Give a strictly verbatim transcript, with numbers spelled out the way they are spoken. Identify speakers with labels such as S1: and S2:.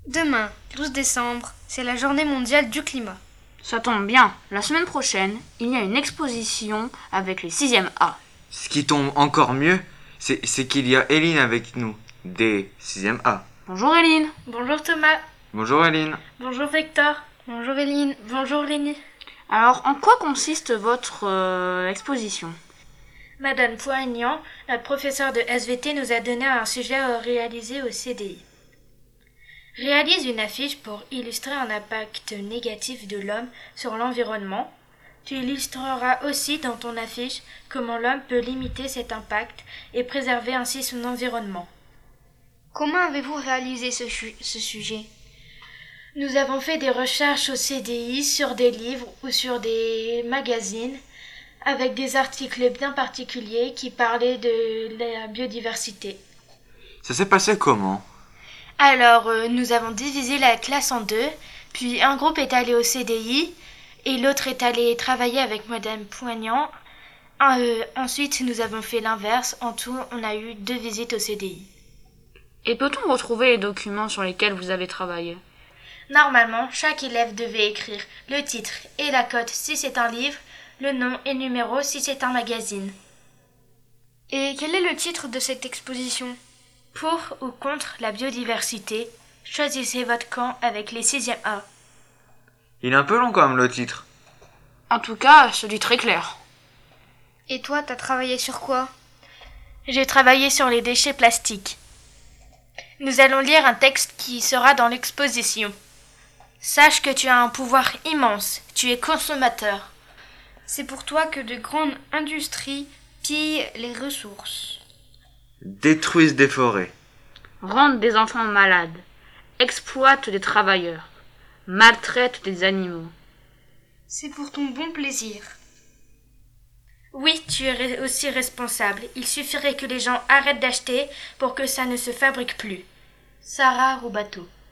S1: Demain, douze décembre, c'est la journée mondiale du climat.
S2: Ça tombe bien, la semaine prochaine, il y a une exposition avec les sixième A.
S3: Ce qui tombe encore mieux, c'est, c'est qu'il y a Eline avec nous, des sixième A.
S2: Bonjour Eline.
S4: Bonjour Thomas.
S3: Bonjour Eline.
S4: Bonjour Victor.
S1: Bonjour Eline.
S4: Bonjour Lénie.
S2: Alors, en quoi consiste votre euh, exposition ?
S4: Madame Poignant, notre professeur de S V T, nous a donné un sujet à réaliser au C D I. Réalise une affiche pour illustrer un impact négatif de l'homme sur l'environnement. Tu illustreras aussi dans ton affiche comment l'homme peut limiter cet impact et préserver ainsi son environnement.
S1: Comment avez-vous réalisé ce, chu- ce sujet ?
S4: Nous avons fait des recherches au C D I sur des livres ou sur des magazines avec des articles bien particuliers qui parlaient de la biodiversité.
S3: Ça s'est passé comment ?
S4: Alors, euh, nous avons divisé la classe en deux, puis un groupe est allé au C D I et l'autre est allé travailler avec Madame Poignant. Euh, ensuite, nous avons fait l'inverse. En tout, on a eu deux visites au C D I.
S2: Et peut-on retrouver les documents sur lesquels vous avez travaillé ?
S4: Normalement, chaque élève devait écrire le titre et la cote si c'est un livre, le nom et numéro si c'est un magazine.
S1: Et quel est le titre de cette exposition ?
S4: Pour ou contre la biodiversité, choisissez votre camp avec les sixième A.
S3: Il est un peu long quand même le titre.
S2: En tout cas, je dis très clair.
S1: Et toi, t'as travaillé sur quoi ?
S4: J'ai travaillé sur les déchets plastiques. Nous allons lire un texte qui sera dans l'exposition. Sache que tu as un pouvoir immense, tu es consommateur.
S1: C'est pour toi que de grandes industries pillent les ressources.
S3: Détruisent des forêts.
S2: Rendent des enfants malades. Exploitent des travailleurs. Maltraitent des animaux.
S1: C'est pour ton bon plaisir.
S4: Oui, tu es aussi responsable. Il suffirait que les gens arrêtent d'acheter pour que ça ne se fabrique plus. Sarah Roubateau.